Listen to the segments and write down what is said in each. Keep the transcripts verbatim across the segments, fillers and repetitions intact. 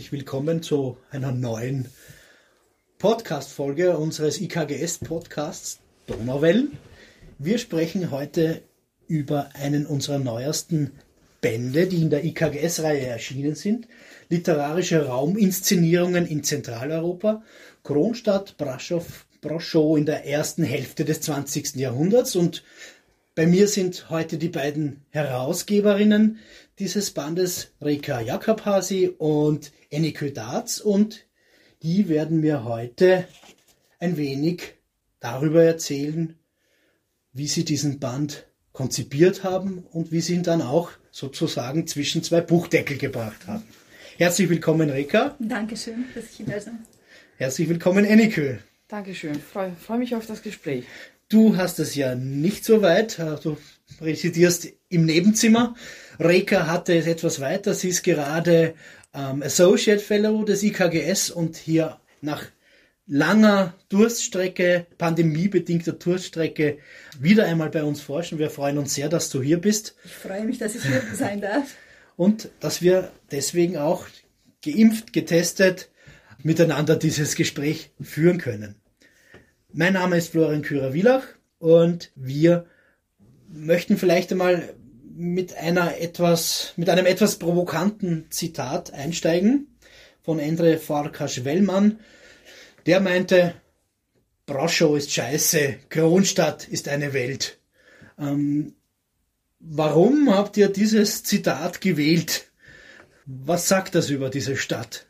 herzlich willkommen zu einer neuen Podcast-Folge unseres I K G S-Podcasts Donauwellen. Wir sprechen heute über einen unserer neuesten Bände, die in der I K G S-Reihe erschienen sind. Literarische Rauminszenierungen in Zentraleuropa, Kronstadt, Brasov, Broschow in der ersten Hälfte des zwanzigsten Jahrhunderts. Und bei mir sind heute die beiden Herausgeberinnen dieses Bandes, Reka Jakob-Hasi und Enikö Daetz, und die werden mir heute ein wenig darüber erzählen, wie sie diesen Band konzipiert haben und wie sie ihn dann auch sozusagen zwischen zwei Buchdeckel gebracht haben. Herzlich willkommen, Reka. Dankeschön, dass ich hier bin. Herzlich willkommen, Enikö. Dankeschön, freue freu mich auf das Gespräch. Du hast es ja nicht so weit, du residierst im Nebenzimmer. Reka hatte es etwas weiter, sie ist gerade ähm, Associate Fellow des I K G S und hier nach langer Durststrecke, pandemiebedingter Durststrecke, wieder einmal bei uns forschen. Wir freuen uns sehr, dass du hier bist. Ich freue mich, dass ich hier sein darf. Und dass wir deswegen auch geimpft, getestet, miteinander dieses Gespräch führen können. Mein Name ist Florian Kürer-Wielach und wir möchten vielleicht einmal mit einer etwas, mit einem etwas provokanten Zitat einsteigen von Endre Farkas-Wellmann. Der meinte, Broschow ist scheiße, Kronstadt ist eine Welt. Ähm, warum habt ihr dieses Zitat gewählt? Was sagt das über diese Stadt?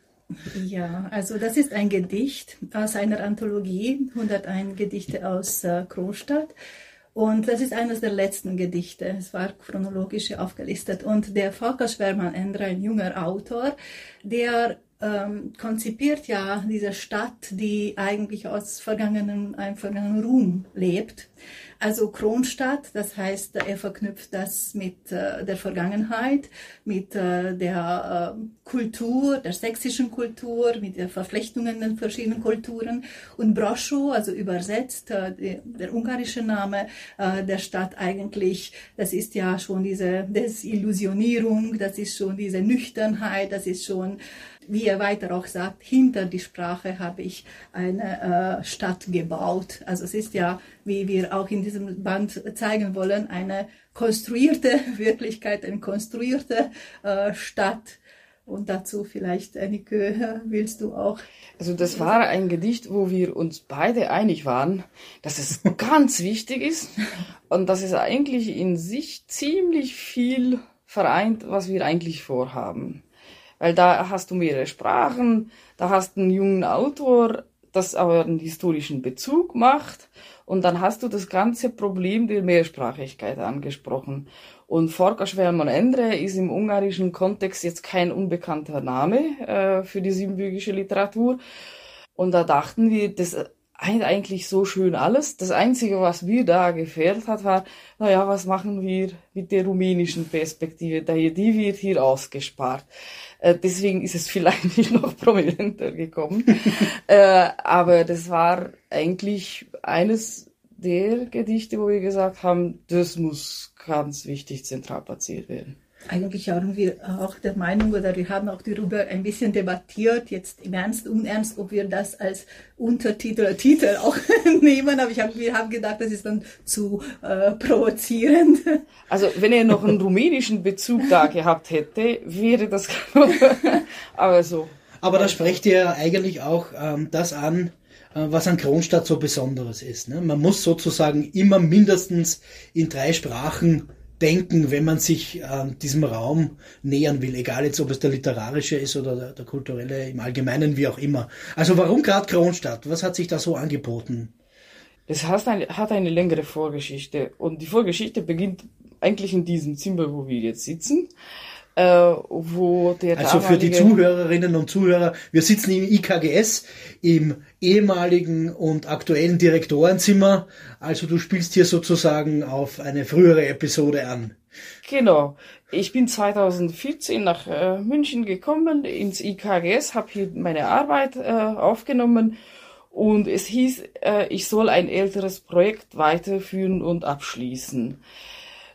Ja, also das ist ein Gedicht aus einer Anthologie, hunderteins Gedichte aus äh, Kronstadt. Und das ist eines der letzten Gedichte. Es war chronologisch aufgelistet. Und der Farkas-Wellmann, Endre, ein junger Autor, der ähm, konzipiert ja diese Stadt, die eigentlich aus vergangenen, einem vergangenen Ruhm lebt. Also Kronstadt, das heißt, er verknüpft das mit äh, der Vergangenheit, mit äh, der äh, Kultur, der sächsischen Kultur, mit der Verflechtungen der verschiedenen Kulturen. Und Broschow, also übersetzt, äh, der, der ungarische Name äh, der Stadt eigentlich, das ist ja schon diese Desillusionierung, das ist schon diese Nüchternheit, das ist schon, wie er weiter auch sagt, hinter die Sprache habe ich eine äh, Stadt gebaut. Also es ist ja, wie wir auch in diesem Band zeigen wollen, eine konstruierte Wirklichkeit, eine konstruierte äh, Stadt. Und dazu vielleicht, Enikö, willst du auch? Also das war ein Gedicht, wo wir uns beide einig waren, dass es ganz wichtig ist und dass es eigentlich in sich ziemlich viel vereint, was wir eigentlich vorhaben. Weil da hast du mehrere Sprachen, da hast du einen jungen Autor, das aber einen historischen Bezug macht, und dann hast du das ganze Problem der Mehrsprachigkeit angesprochen. Und Farkas-Wellmann Endre ist im ungarischen Kontext jetzt kein unbekannter Name äh, für die siebenbürgische Literatur. Und da dachten wir, das eint eigentlich so schön alles. Das Einzige, was mir da gefehlt hat, war, naja, was machen wir mit der rumänischen Perspektive? Die wird hier ausgespart. Äh, deswegen ist es vielleicht nicht noch prominenter gekommen. äh, aber das war eigentlich eines der Gedichte, wo wir gesagt haben, das muss ganz wichtig zentral platziert werden. Eigentlich waren wir auch der Meinung, oder wir haben auch darüber ein bisschen debattiert, jetzt im Ernst, Unernst, ob wir das als Untertitel oder Titel auch nehmen, aber ich hab, wir haben gedacht, das ist dann zu äh, provozierend. Also wenn er noch einen rumänischen Bezug da gehabt hätte, wäre das aber so. Aber da sprecht ihr ja eigentlich auch ähm, das an, äh, was an Kronstadt so Besonderes ist. Ne? Man muss sozusagen immer mindestens in drei Sprachen denken, wenn man sich äh, diesem Raum nähern will, egal jetzt, ob es der literarische ist oder der, der kulturelle im Allgemeinen, wie auch immer. Also warum gerade Kronstadt? Was hat sich da so angeboten? Das hat eine, hat eine längere Vorgeschichte, und die Vorgeschichte beginnt eigentlich in diesem Zimmer, wo wir jetzt sitzen. Äh, wo der also für die Zuhörerinnen und Zuhörer, wir sitzen im I K G S, im ehemaligen und aktuellen Direktorenzimmer, also du spielst hier sozusagen auf eine frühere Episode an. Genau, ich bin zweitausendvierzehn nach äh, München gekommen, ins I K G S, habe hier meine Arbeit äh, aufgenommen, und es hieß, äh, ich soll ein älteres Projekt weiterführen und abschließen.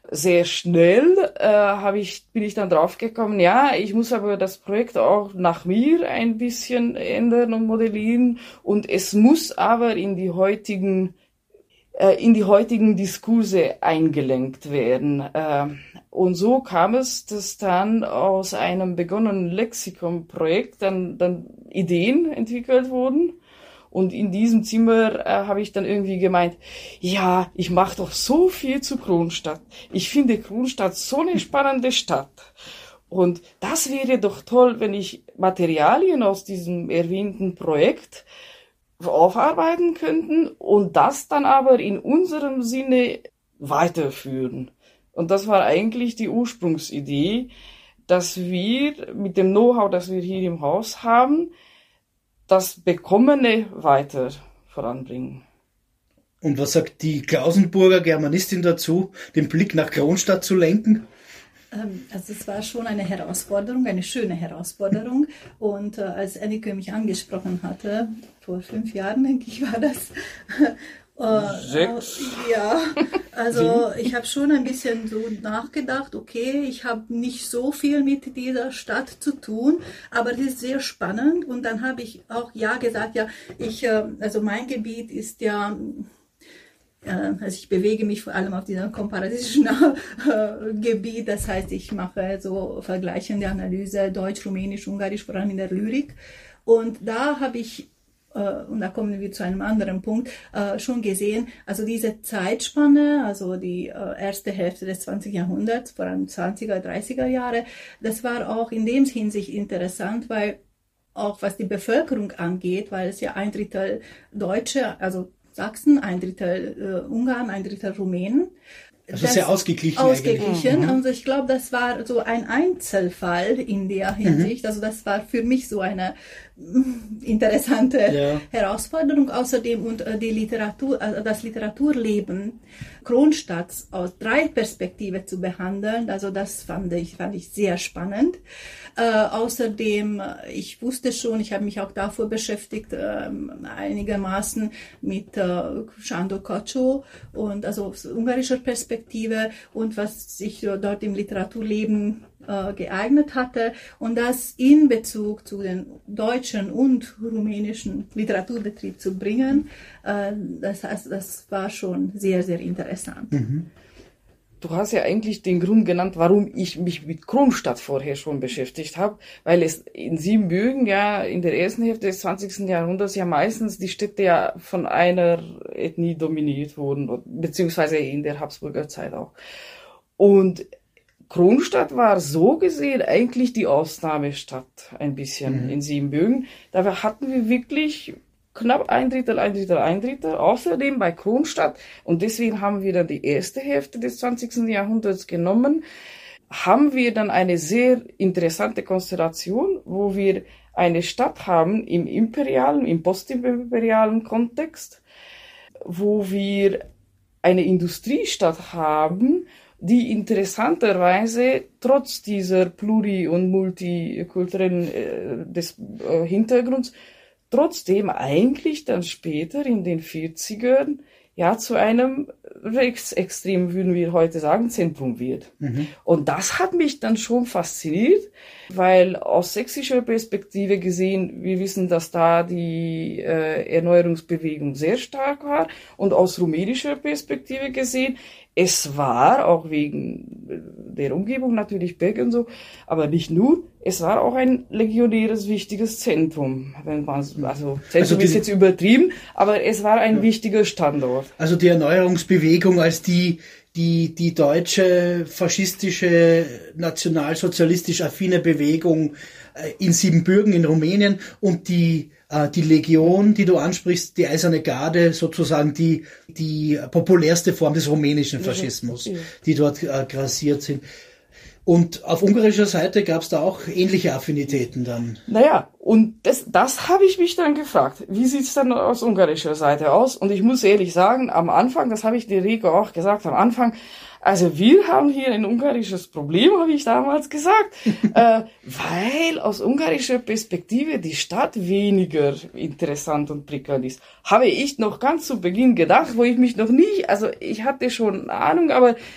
sehr schnell äh, hab ich, bin ich dann draufgekommen, ja, ich muss aber das Projekt auch nach mir ein bisschen ändern und modellieren und es muss aber in die heutigen äh, in die heutigen Diskurse eingelenkt werden. Äh, und so kam es, dass dann aus einem begonnenen Lexikon-Projekt dann, dann Ideen entwickelt wurden. Und in diesem Zimmer äh, habe ich dann irgendwie gemeint, ja, ich mache doch so viel zu Kronstadt. Ich finde Kronstadt so eine spannende Stadt. Und das wäre doch toll, wenn ich Materialien aus diesem erwähnten Projekt aufarbeiten könnten und das dann aber in unserem Sinne weiterführen. Und das war eigentlich die Ursprungsidee, dass wir mit dem Know-how, das wir hier im Haus haben, das Bekommene weiter voranbringen. Und was sagt die Klausenburger Germanistin dazu, den Blick nach Kronstadt zu lenken? Also es war schon eine Herausforderung, eine schöne Herausforderung. Und äh, als Annike mich angesprochen hatte, vor fünf Jahren, denke ich, war das. Äh, Sechs. Äh, ja, also ich habe schon ein bisschen so nachgedacht, okay, ich habe nicht so viel mit dieser Stadt zu tun, aber es ist sehr spannend. Und dann habe ich auch ja gesagt, ja, ich, äh, also mein Gebiet ist ja... Also ich bewege mich vor allem auf diesem komparatischen äh, Gebiet, das heißt, ich mache so vergleichende Analyse Deutsch, Rumänisch, Ungarisch, vor allem in der Lyrik. Und da habe ich, äh, und da kommen wir zu einem anderen Punkt, äh, schon gesehen, also diese Zeitspanne, also die äh, erste Hälfte des zwanzigsten Jahrhunderts, vor allem zwanziger, dreißiger Jahre, das war auch in dem Hinsicht interessant, weil auch was die Bevölkerung angeht, weil es ja ein Drittel Deutsche, also Sachsen, ein Drittel äh, Ungarn, ein Drittel Rumänen. Also das sehr ausgeglichen. Ausgeglichen. Mhm. Und ich glaube, das war so ein Einzelfall in der Hinsicht. Mhm. Also das war für mich so eine interessante ja. Herausforderung. Außerdem und äh, die Literatur, äh, das Literaturleben Kronstadts aus drei Perspektiven zu behandeln. Also das fand ich, fand ich sehr spannend. Äh, außerdem, ich wusste schon, ich habe mich auch davor beschäftigt, äh, einigermaßen mit äh, Sándor Kocó und also aus ungarischer Perspektive und was sich äh, dort im Literaturleben äh, geeignet hatte und das in Bezug zu den deutschen und rumänischen Literaturbetrieb zu bringen, äh, das heißt, das war schon sehr, sehr interessant. Mhm. Du hast ja eigentlich den Grund genannt, warum ich mich mit Kronstadt vorher schon beschäftigt habe, weil es in Siebenbürgen ja in der ersten Hälfte des zwanzigsten Jahrhunderts ja meistens die Städte ja von einer Ethnie dominiert wurden, beziehungsweise in der Habsburger Zeit auch. Und Kronstadt war so gesehen eigentlich die Ausnahmestadt ein bisschen mhm. in Siebenbürgen. Da hatten wir wirklich knapp ein Drittel, ein Drittel, ein Drittel. Außerdem bei Kronstadt, und deswegen haben wir dann die erste Hälfte des zwanzigsten Jahrhunderts genommen, haben wir dann eine sehr interessante Konstellation, wo wir eine Stadt haben im imperialen, im postimperialen Kontext, wo wir eine Industriestadt haben, die interessanterweise trotz dieser pluri- und multikulturellen äh, des äh, Hintergrunds trotzdem eigentlich dann später in den vierzigern ja zu einem rechtsextrem, würden wir heute sagen, Zentrum wird. Mhm. Und das hat mich dann schon fasziniert, weil aus sächsischer Perspektive gesehen, wir wissen, dass da die äh, Erneuerungsbewegung sehr stark war und aus rumänischer Perspektive gesehen, es war auch wegen der Umgebung natürlich Berg und so, aber nicht nur, es war auch ein legionäres wichtiges Zentrum. Wenn man, also Zentrum also die, ist jetzt übertrieben, aber es war ein ja. wichtiger Standort. Also die Erneuerungsbewegung als die die die deutsche faschistische nationalsozialistisch affine Bewegung in Siebenbürgen in Rumänien und die die Legion, die du ansprichst, die Eiserne Garde, sozusagen die die populärste Form des rumänischen Faschismus, ja, ja. die dort äh, grassiert sind. Und auf ungarischer Seite gab es da auch ähnliche Affinitäten dann. Naja, und das, das habe ich mich dann gefragt. Wie sieht's dann aus ungarischer Seite aus? Und ich muss ehrlich sagen, am Anfang, das habe ich der Rico auch gesagt, am Anfang, also wir haben hier ein ungarisches Problem, habe ich damals gesagt, äh, weil aus ungarischer Perspektive die Stadt weniger interessant und prickelnd ist. Habe ich noch ganz zu Beginn gedacht, wo ich mich noch nie, also ich hatte schon eine Ahnung, aber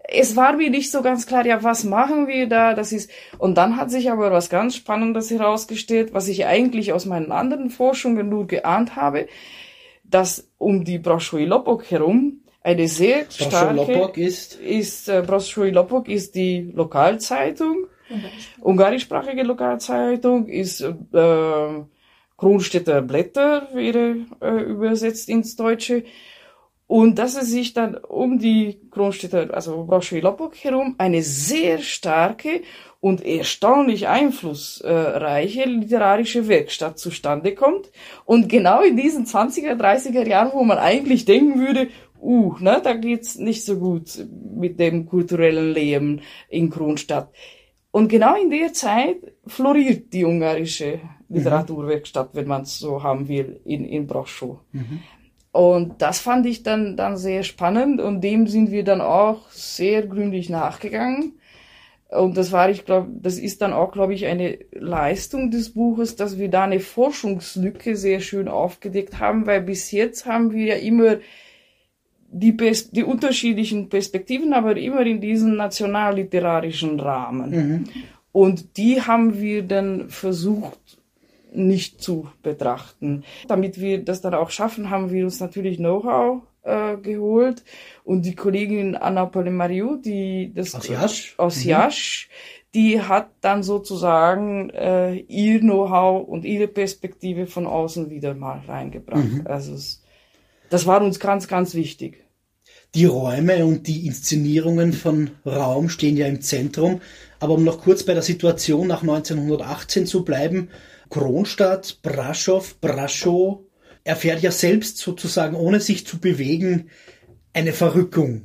es war mir nicht so ganz klar, ja, was machen wir da? Das ist, und dann hat sich aber was ganz Spannendes herausgestellt, was ich eigentlich aus meinen anderen Forschungen nur geahnt habe, dass um die Brașov-Lopok herum eine sehr starke, Brașov-Lopok ist, ist äh, Brașov-Lopok ist die Lokalzeitung, ungarischsprachige Lokalzeitung, ist äh, Kronstädter Blätter, wäre äh, übersetzt ins Deutsche. Und dass es sich dann um die Kronstädter, also Brașov-Lopok herum, eine sehr starke und erstaunlich einflussreiche literarische Werkstatt zustande kommt. Und genau in diesen zwanziger, dreißiger Jahren, wo man eigentlich denken würde, uh, ne, da geht's nicht so gut mit dem kulturellen Leben in Kronstadt. Und genau in der Zeit floriert die ungarische Literaturwerkstatt, wenn man es so haben will, in, in Brașov. Mhm. Und das fand ich dann, dann sehr spannend und dem sind wir dann auch sehr gründlich nachgegangen. Und das war, ich glaube, das ist dann auch, glaube ich, eine Leistung des Buches, dass wir da eine Forschungslücke sehr schön aufgedeckt haben, weil bis jetzt haben wir ja immer die, Pers- die unterschiedlichen Perspektiven, aber immer in diesem nationalliterarischen Rahmen. Mhm. Und die haben wir dann versucht, nicht zu betrachten. Damit wir das dann auch schaffen, haben wir uns natürlich Know-how äh, geholt und die Kollegin Anna Polimariu, die das aus Iași, aus mhm. Iași, die hat dann sozusagen äh, ihr Know-how und ihre Perspektive von außen wieder mal reingebracht. Mhm. Also es, das war uns ganz, ganz wichtig. Die Räume und die Inszenierungen von Raum stehen ja im Zentrum. Aber um noch kurz bei der Situation nach neunzehnhundertachtzehn zu bleiben, Kronstadt, Brașov, Brașov erfährt ja selbst sozusagen, ohne sich zu bewegen, eine Verrückung.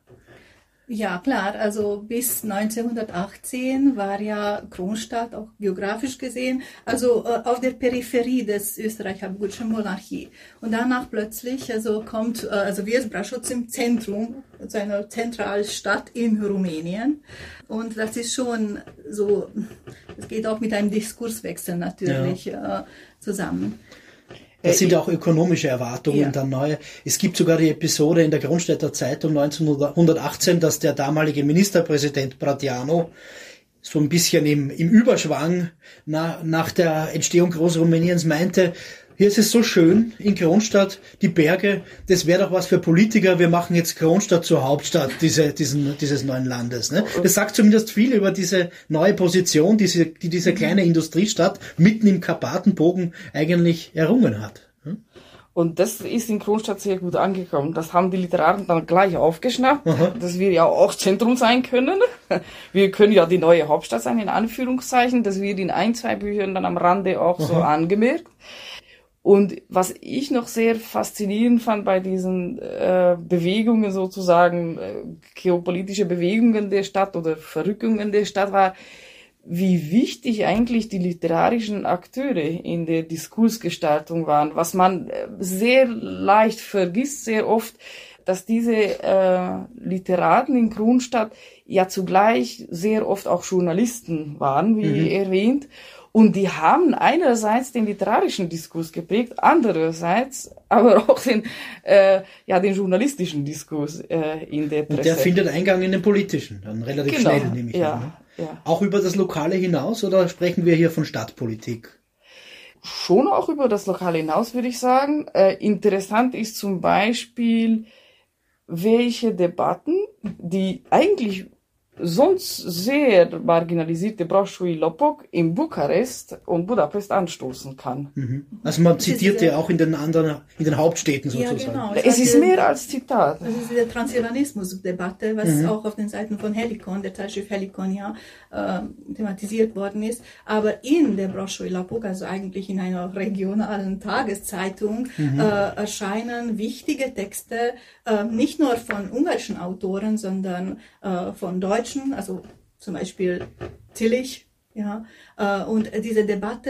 Ja, klar. Also bis neunzehnhundertachtzehn war ja Kronstadt auch geografisch gesehen, also äh, auf der Peripherie des österreich-habsburgischen Monarchie. Und danach plötzlich, also kommt, äh, also wird Brașov zum Zentrum, zu einer Zentralstadt in Rumänien. Und das ist schon so, es geht auch mit einem Diskurswechsel natürlich ja. äh, zusammen. Das sind ja auch ökonomische Erwartungen ja. dann neue. Es gibt sogar die Episode in der Kronstädter Zeitung neunzehnhundertachtzehn, dass der damalige Ministerpräsident Brătianu so ein bisschen im, im Überschwang na, nach der Entstehung Großrumäniens meinte, hier ist es so schön in Kronstadt, die Berge, das wäre doch was für Politiker, wir machen jetzt Kronstadt zur Hauptstadt diese, diesen, dieses neuen Landes. Ne? Das sagt zumindest viel über diese neue Position, diese, die diese kleine Industriestadt mitten im Karpatenbogen eigentlich errungen hat. Hm? Und das ist in Kronstadt sehr gut angekommen. Das haben die Literaten dann gleich aufgeschnappt, Aha. dass wir ja auch Zentrum sein können. Wir können ja die neue Hauptstadt sein, in Anführungszeichen. Das wird in ein, zwei Büchern dann am Rande auch Aha. so angemerkt. Und was ich noch sehr faszinierend fand bei diesen äh, Bewegungen sozusagen, äh, geopolitische Bewegungen der Stadt oder Verrückungen der Stadt war, wie wichtig eigentlich die literarischen Akteure in der Diskursgestaltung waren. Was man sehr leicht vergisst, sehr oft, dass diese äh, Literaten in Kronstadt ja zugleich sehr oft auch Journalisten waren, wie mhm. erwähnt. Und die haben einerseits den literarischen Diskurs geprägt, andererseits aber auch den, äh, ja, den journalistischen Diskurs äh, in der Presse. Und der findet Eingang in den politischen, dann relativ genau. schnell, nehme ich ja, an. Ne? Ja. Auch über das Lokale hinaus oder sprechen wir hier von Stadtpolitik? Schon auch über das Lokale hinaus, würde ich sagen. Äh, interessant ist zum Beispiel, welche Debatten, die eigentlich sonst sehr marginalisierte Brașov-Lopok in Bukarest und Budapest anstoßen kann. Mhm. Also man zitiert ja auch in den anderen, in den Hauptstädten sozusagen. Ja, genau. Es, es ist mehr als Zitat. Das ist die Transsilvanismus-Debatte, was mhm. auch auf den Seiten von Helikon, der Zeitschrift Helikon, ja, äh, thematisiert worden ist. Aber in der Brașov-Lopok, also eigentlich in einer regionalen Tageszeitung, mhm. äh, erscheinen wichtige Texte, äh, nicht nur von ungarischen Autoren, sondern äh, von Deutschen, also zum Beispiel Tillich, ja, äh, und diese Debatte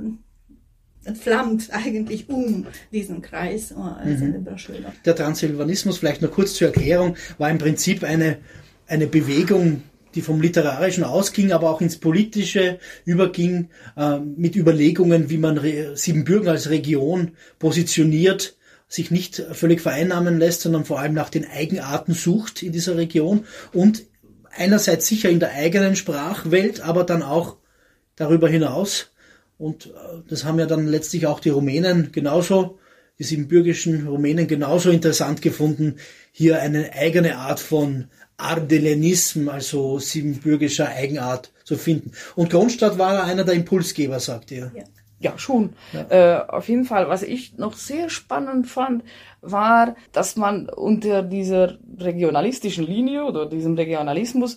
flammt eigentlich um diesen Kreis. Also mhm. Der Transsilvanismus, vielleicht noch kurz zur Erklärung, war im Prinzip eine, eine Bewegung, die vom Literarischen ausging, aber auch ins Politische überging, äh, mit Überlegungen, wie man Re- Siebenbürgen als Region positioniert, sich nicht völlig vereinnahmen lässt, sondern vor allem nach den Eigenarten sucht in dieser Region und einerseits sicher in der eigenen Sprachwelt, aber dann auch darüber hinaus. Und das haben ja dann letztlich auch die Rumänen genauso, die siebenbürgischen Rumänen genauso interessant gefunden, hier eine eigene Art von Ardelenism, also siebenbürgischer Eigenart zu finden. Und Kronstadt war einer der Impulsgeber, sagt ihr. Ja. Ja, schon. Ja. Äh, auf jeden Fall. Was ich noch sehr spannend fand, war, dass man unter dieser regionalistischen Linie oder diesem Regionalismus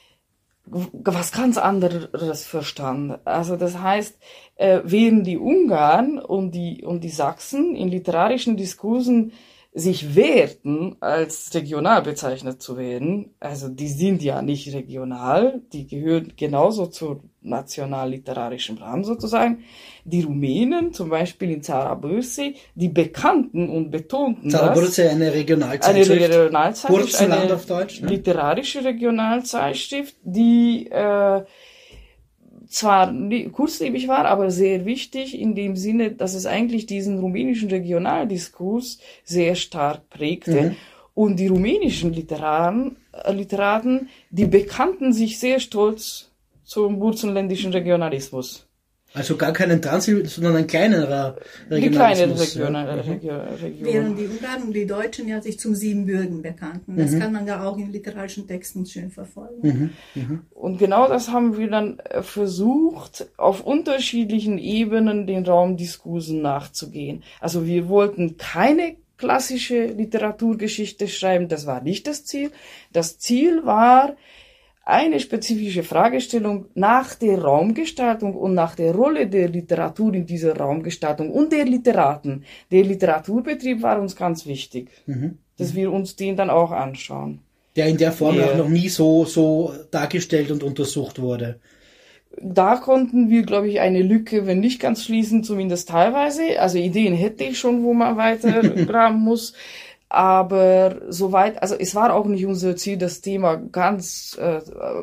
was ganz anderes verstand. Also das heißt, äh, während die Ungarn und die, und die Sachsen in literarischen Diskursen sich wehrten, als regional bezeichnet zu werden, also die sind ja nicht regional, die gehören genauso zur national-literarischen Plan sozusagen. Die Rumänen, zum Beispiel in Țara Bârse, die bekannten und betonten Țara Bârse, das. eine Regionalzeitschrift. Eine Regionalzeitschrift, Wurzelland eine auf Deutsch, ne? literarische Regionalzeitschrift, die äh, zwar kurzlebig war, aber sehr wichtig in dem Sinne, dass es eigentlich diesen rumänischen Regionaldiskurs sehr stark prägte. Mhm. Und die rumänischen Literaten, äh, Literaten, die bekannten sich sehr stolz zum burzenländischen Regionalismus. Also gar keinen Transil, sondern ein kleinerer Regionalismus. Die kleine Region, ja. Region, Region. Während die Ungarn und die Deutschen ja sich zum Siebenbürgen bekannten. Das mhm. kann man ja auch in literarischen Texten schön verfolgen. Mhm. Mhm. Und genau das haben wir dann versucht, auf unterschiedlichen Ebenen den Raumdiskursen nachzugehen. Also wir wollten keine klassische Literaturgeschichte schreiben, das war nicht das Ziel. Das Ziel war, eine spezifische Fragestellung nach der Raumgestaltung und nach der Rolle der Literatur in dieser Raumgestaltung und der Literaten. Der Literaturbetrieb war uns ganz wichtig, mhm. dass wir uns den dann auch anschauen. Der in der Form ja. auch noch nie so, so dargestellt und untersucht wurde. Da konnten wir, glaube ich, eine Lücke, wenn nicht ganz schließen, zumindest teilweise. Also Ideen hätte ich schon, wo man weiter graben muss. Aber soweit, also es war auch nicht unser Ziel, das Thema ganz äh,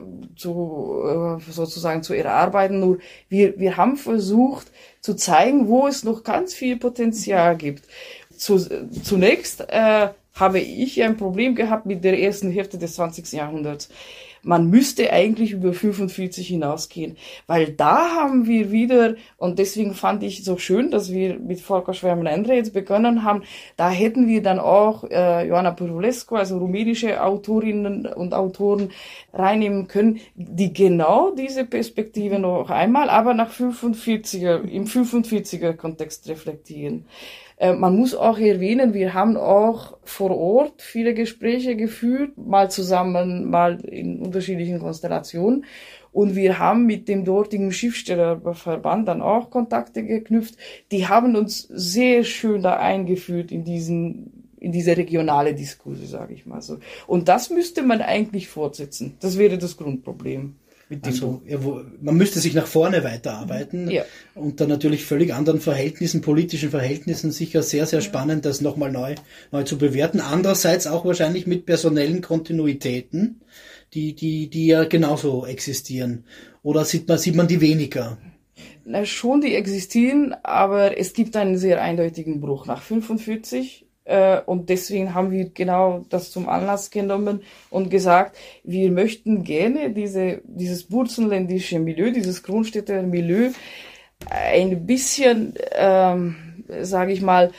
zu äh, sozusagen zu erarbeiten. Nur wir wir haben versucht zu zeigen, wo es noch ganz viel Potenzial gibt. Zu, zunächst äh, habe ich ein Problem gehabt mit der ersten Hälfte des zwanzigsten Jahrhunderts. Man müsste eigentlich über fünfundvierzig hinausgehen, weil da haben wir wieder, und deswegen fand ich so schön, dass wir mit Volker Schwärmen-Endre jetzt begonnen haben, da hätten wir dann auch äh, Ioana Purvulescu, also rumänische Autorinnen und Autoren reinnehmen können, die genau diese Perspektive noch einmal, aber nach fünfundvierziger, im fünfundvierziger Kontext reflektieren. Man muss auch erwähnen, wir haben auch vor Ort viele Gespräche geführt, mal zusammen, mal in unterschiedlichen Konstellationen. Und wir haben mit dem dortigen Schriftstellerverband dann auch Kontakte geknüpft. Die haben uns sehr schön da eingeführt in diesen, in diese regionale Diskurse, sage ich mal so. Und das müsste man eigentlich fortsetzen. Das wäre das Grundproblem. Also ja, wo, man müsste sich nach vorne weiterarbeiten ja. unter natürlich völlig anderen Verhältnissen, politischen Verhältnissen, sicher sehr, sehr spannend, das nochmal neu, neu zu bewerten. Andererseits auch wahrscheinlich mit personellen Kontinuitäten, die, die, die ja genauso existieren. Oder sieht man, sieht man die weniger? Na, schon, die existieren, aber es gibt einen sehr eindeutigen Bruch nach fünfundvierzig. Und deswegen haben wir genau das zum Anlass genommen und gesagt, wir möchten gerne diese, dieses burzenländische Milieu, dieses Kronstädter Milieu ein bisschen, ähm, sage ich mal,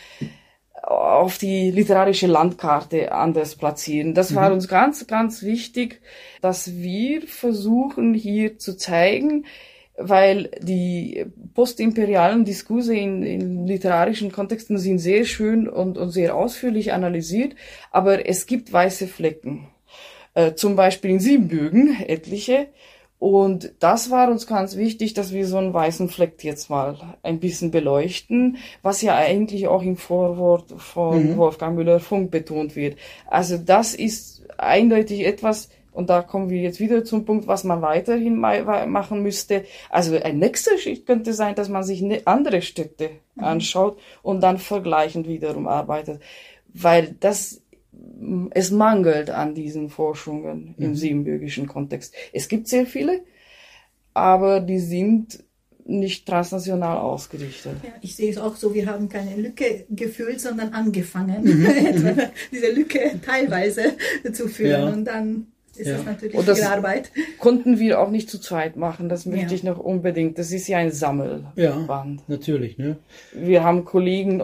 auf die literarische Landkarte anders platzieren. Das war mhm. uns ganz, ganz wichtig, dass wir versuchen hier zu zeigen, weil die postimperialen Diskurse in, in literarischen Kontexten sind sehr schön und, und sehr ausführlich analysiert, aber es gibt weiße Flecken, äh, zum Beispiel in Siebenbürgen etliche, und das war uns ganz wichtig, dass wir so einen weißen Fleck jetzt mal ein bisschen beleuchten, was ja eigentlich auch im Vorwort von mhm. Wolfgang Müller-Funk betont wird. Also das ist eindeutig etwas. Und da kommen wir jetzt wieder zum Punkt, was man weiterhin machen müsste. Also ein nächster Schritt könnte sein, dass man sich andere Städte anschaut und dann vergleichend wiederum arbeitet. Weil das, es mangelt an diesen Forschungen im mhm. siebenbürgischen Kontext. Es gibt sehr viele, aber die sind nicht transnational ausgerichtet. Ja, ich sehe es auch so, wir haben keine Lücke gefüllt, sondern angefangen, mhm. diese Lücke teilweise zu füllen ja. und dann ist ja. das natürlich und das viel Arbeit. Konnten wir auch nicht zu zweit machen, das möchte ja. ich noch unbedingt. Das ist ja ein Sammelband. Ja, natürlich. Ne? Wir haben Kollegen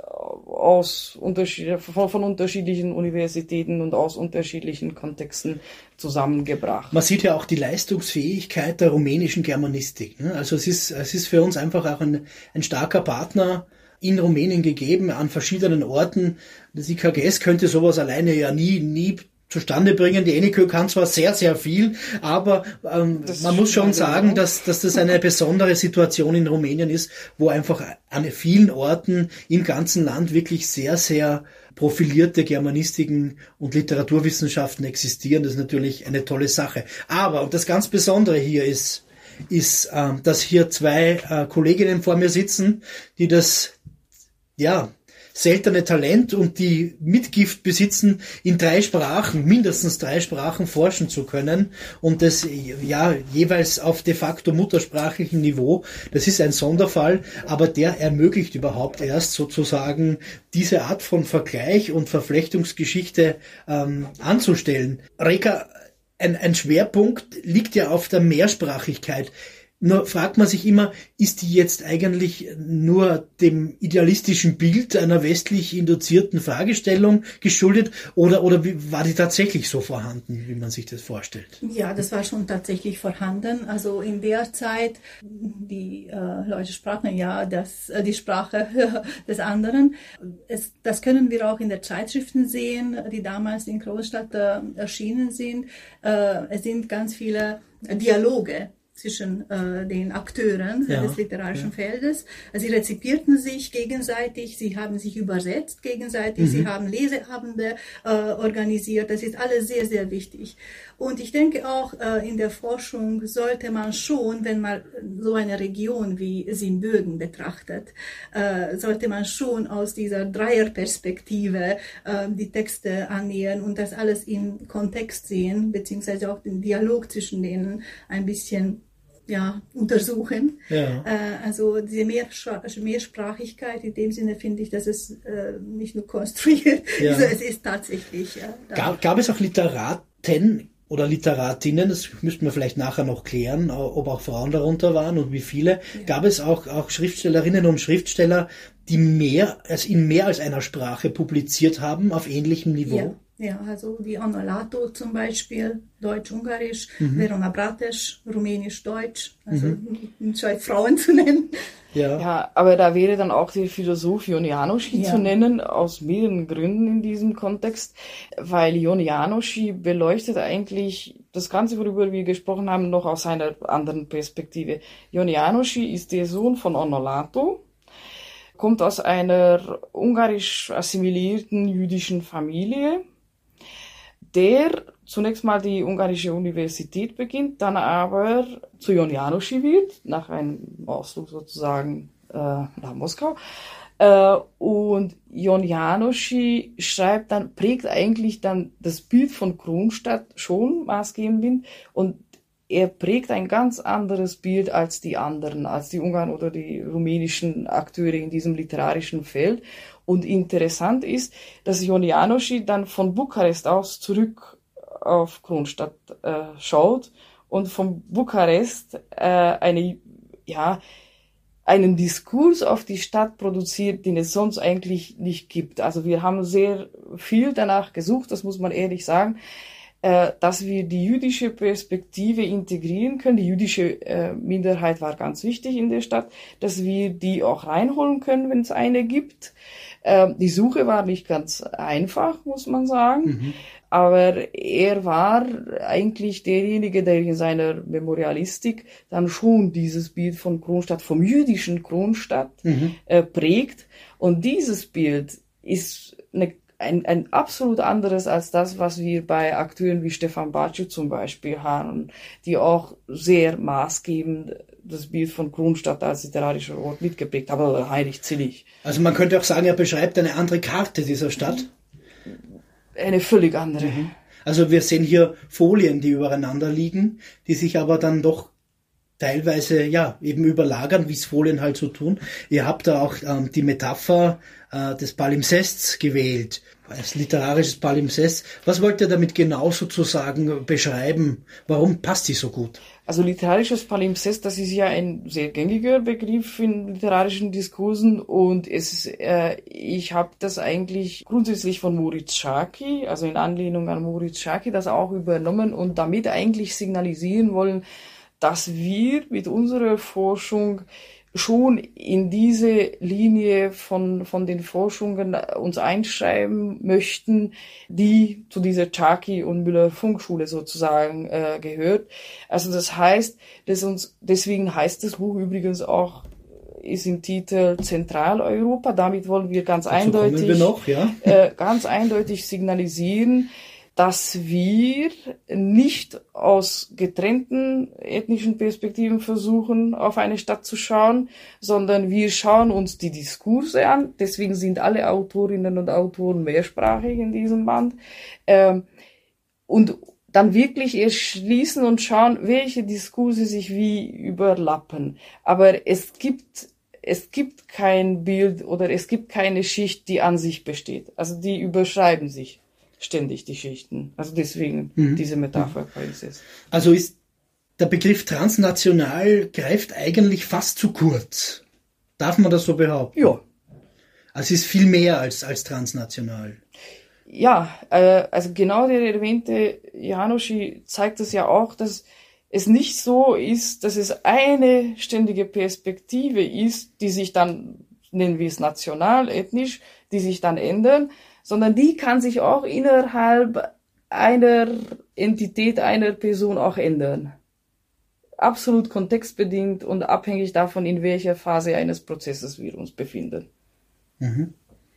aus unterschied- von, von unterschiedlichen Universitäten und aus unterschiedlichen Kontexten zusammengebracht. Man sieht ja auch die Leistungsfähigkeit der rumänischen Germanistik. Ne? Also es ist, es ist für uns einfach auch ein, ein starker Partner in Rumänien gegeben, an verschiedenen Orten. Das I K G S könnte sowas alleine ja nie, nie zustande bringen. Die ENIKÖ kann zwar sehr, sehr viel, aber ähm, man muss schon sagen, dass, dass das eine besondere Situation in Rumänien ist, wo einfach an vielen Orten im ganzen Land wirklich sehr, sehr profilierte Germanistiken und Literaturwissenschaften existieren. Das ist natürlich eine tolle Sache. Aber, und das ganz Besondere hier ist, ist, ähm, dass hier zwei äh, Kolleginnen vor mir sitzen, die das, ja, seltene Talent und die Mitgift besitzen, in drei Sprachen, mindestens drei Sprachen forschen zu können und das ja jeweils auf de facto muttersprachlichem Niveau. Das ist ein Sonderfall, aber der ermöglicht überhaupt erst sozusagen diese Art von Vergleich und Verflechtungsgeschichte ähm, anzustellen. Reka, ein, ein Schwerpunkt liegt ja auf der Mehrsprachigkeit. Nur fragt man sich immer, ist die jetzt eigentlich nur dem idealistischen Bild einer westlich induzierten Fragestellung geschuldet oder, oder wie, war die tatsächlich so vorhanden, wie man sich das vorstellt? Ja, das war schon tatsächlich vorhanden. Also in der Zeit, die äh, Leute sprachen ja das, äh, die Sprache des anderen. Es, das können wir auch in den Zeitschriften sehen, die damals in Kronstadt äh, erschienen sind. Äh, es sind ganz viele Dialoge zwischen äh, den Akteuren ja, des literarischen ja. Feldes. Also sie rezipierten sich gegenseitig, sie haben sich übersetzt gegenseitig, mhm. sie haben Leseabende äh, organisiert. Das ist alles sehr, sehr wichtig. Und ich denke auch, äh, in der Forschung sollte man schon, wenn man so eine Region wie Siebenbürgen betrachtet, äh, sollte man schon aus dieser Dreierperspektive äh, die Texte annähern und das alles im Kontext sehen, beziehungsweise auch den Dialog zwischen denen ein bisschen ja, untersuchen. Ja. Äh, also diese Mehrspr- Mehrsprachigkeit, in dem Sinne finde ich, dass es äh, nicht nur konstruiert, ja. also es ist tatsächlich. Ja, gab, gab es auch Literaten oder Literatinnen, das müssten wir vielleicht nachher noch klären, ob auch Frauen darunter waren und wie viele. Ja. Gab es auch, auch Schriftstellerinnen und Schriftsteller, die mehr, also in mehr als einer Sprache publiziert haben, auf ähnlichem Niveau? Ja. Ja, also die Anna Lato zum Beispiel, Deutsch-Ungarisch, mhm. Verona Brates, Rumänisch-Deutsch, also mhm. um zwei Frauen zu nennen. Ja. ja, aber da wäre dann auch der Philosoph Ion Jánosi ja. zu nennen, aus mehreren Gründen in diesem Kontext, weil Ion Jánosi beleuchtet eigentlich das Ganze, worüber wir gesprochen haben, noch aus einer anderen Perspektive. Ion Jánosi ist der Sohn von Anna Lato, kommt aus einer ungarisch assimilierten jüdischen Familie, der zunächst mal die ungarische Universität beginnt, dann aber zu Ion Jánosi wird, nach einem Ausflug sozusagen äh, nach Moskau. Äh, und Ion Jánosi schreibt dann, prägt eigentlich dann das Bild von Kronstadt schon maßgebend und er prägt ein ganz anderes Bild als die anderen, als die Ungarn oder die rumänischen Akteure in diesem literarischen Feld. Und interessant ist, dass Ion Jánosi dann von Bukarest aus zurück auf Kronstadt äh, schaut und von Bukarest äh, eine, ja, einen Diskurs auf die Stadt produziert, den es sonst eigentlich nicht gibt. Also wir haben sehr viel danach gesucht, das muss man ehrlich sagen, äh, dass wir die jüdische Perspektive integrieren können. Die jüdische äh, Minderheit war ganz wichtig in der Stadt, dass wir die auch reinholen können, wenn es eine gibt. Äh, die Suche war nicht ganz einfach, muss man sagen. Mhm. Aber er war eigentlich derjenige, der in seiner Memorialistik dann schon dieses Bild von Kronstadt, vom jüdischen Kronstadt mhm. äh, prägt. Und dieses Bild ist eine Ein, ein absolut anderes als das, was wir bei Akteuren wie Stefan Baciu zum Beispiel haben, die auch sehr maßgebend das Bild von Kronstadt als literarischer Ort mitgeprägt haben, oder Heinrich Zillig. Also man könnte auch sagen, er beschreibt eine andere Karte dieser Stadt. Eine völlig andere. Mhm. Also wir sehen hier Folien, die übereinander liegen, die sich aber dann doch teilweise ja eben überlagern, wie es Folien halt so tun. Ihr habt da auch ähm, die Metapher äh, des Palimpsests gewählt, als literarisches Palimpsest. Was wollt ihr damit genau sozusagen beschreiben? Warum passt die so gut? Also literarisches Palimpsest, das ist ja ein sehr gängiger Begriff in literarischen Diskursen und es, äh, ich habe das eigentlich grundsätzlich von Moritz Scharky, also in Anlehnung an Moritz Scharky, das auch übernommen und damit eigentlich signalisieren wollen, dass wir mit unserer Forschung schon in diese Linie von, von den Forschungen uns einschreiben möchten, die zu dieser Charky und Müller-Funkschule sozusagen äh, gehört. Also das heißt, dass uns, deswegen heißt das Buch übrigens auch, ist im Titel Zentraleuropa. Damit wollen wir ganz Dazu eindeutig, kommen wir noch, ja? äh, ganz eindeutig signalisieren, dass wir nicht aus getrennten ethnischen Perspektiven versuchen, auf eine Stadt zu schauen, sondern wir schauen uns die Diskurse an. Deswegen sind alle Autorinnen und Autoren mehrsprachig in diesem Band. Ähm, und dann wirklich erschließen und schauen, welche Diskurse sich wie überlappen. Aber es gibt, es gibt kein Bild oder es gibt keine Schicht, die an sich besteht. Also die überschreiben sich ständig, die Schichten. Also deswegen mhm. diese Metapher. Also ist der Begriff transnational greift eigentlich fast zu kurz. Darf man das so behaupten? Ja. Also es ist viel mehr als, als transnational. Ja, äh, also genau der erwähnte Jánosi zeigt es ja auch, dass es nicht so ist, dass es eine ständige Perspektive ist, die sich dann, nennen wir es national, ethnisch, die sich dann ändern, sondern die kann sich auch innerhalb einer Entität, einer Person auch ändern. Absolut kontextbedingt und abhängig davon, in welcher Phase eines Prozesses wir uns befinden. Mhm.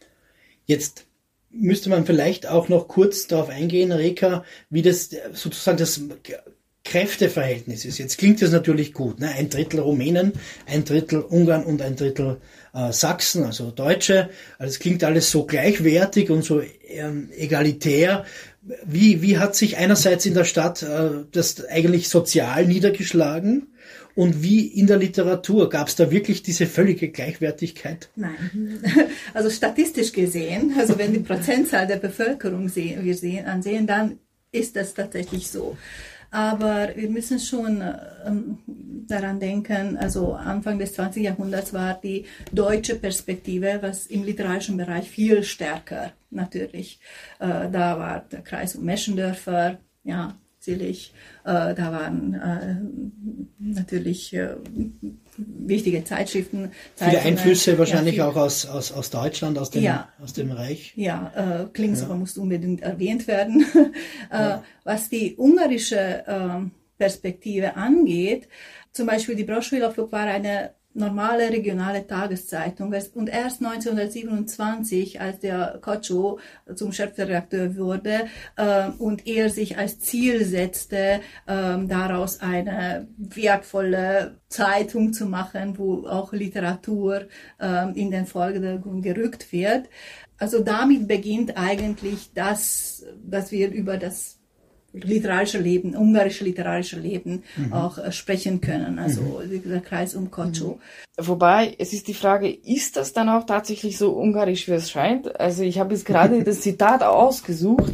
Jetzt müsste man vielleicht auch noch kurz darauf eingehen, Reka, wie das sozusagen das Kräfteverhältnis ist. Jetzt klingt das natürlich gut, ne? Ein Drittel Rumänen, ein Drittel Ungarn und ein Drittel äh, Sachsen, also Deutsche. Also es klingt alles so gleichwertig und so ähm, egalitär. Wie, wie hat sich einerseits in der Stadt äh, das eigentlich sozial niedergeschlagen und wie in der Literatur? Gab es da wirklich diese völlige Gleichwertigkeit? Nein. Also statistisch gesehen, also wenn die Prozentzahl der Bevölkerung sehen, wir sehen, ansehen, dann ist das tatsächlich so. Aber wir müssen schon ähm, daran denken, also Anfang des zwanzigsten Jahrhunderts war die deutsche Perspektive, was im literarischen Bereich viel stärker natürlich. Äh, da war der Kreis um Meschendörfer, ja, Zillich, äh, da waren äh, natürlich äh, wichtige Zeitschriften. Viele Einflüsse wahrscheinlich ja, viel, auch aus, aus, aus Deutschland, aus dem, ja, aus dem Reich. Ja, äh, Klingsor ja. muss unbedingt erwähnt werden. äh, ja. Was die ungarische äh, Perspektive angeht, zum Beispiel die Brassújlapok war eine normale regionale Tageszeitung und erst neunzehnhundertsiebenundzwanzig, als der Kocsó zum Chefredakteur wurde äh, und er sich als Ziel setzte, äh, daraus eine wertvolle Zeitung zu machen, wo auch Literatur äh, in den Vordergrund gerückt wird. Also damit beginnt eigentlich das, dass wir über das literarische Leben, ungarische literarische Leben mhm. auch äh, sprechen können, also mhm. der Kreis um Kocsó. Wobei, es ist die Frage, ist das dann auch tatsächlich so ungarisch, wie es scheint? Also ich habe jetzt gerade das Zitat ausgesucht,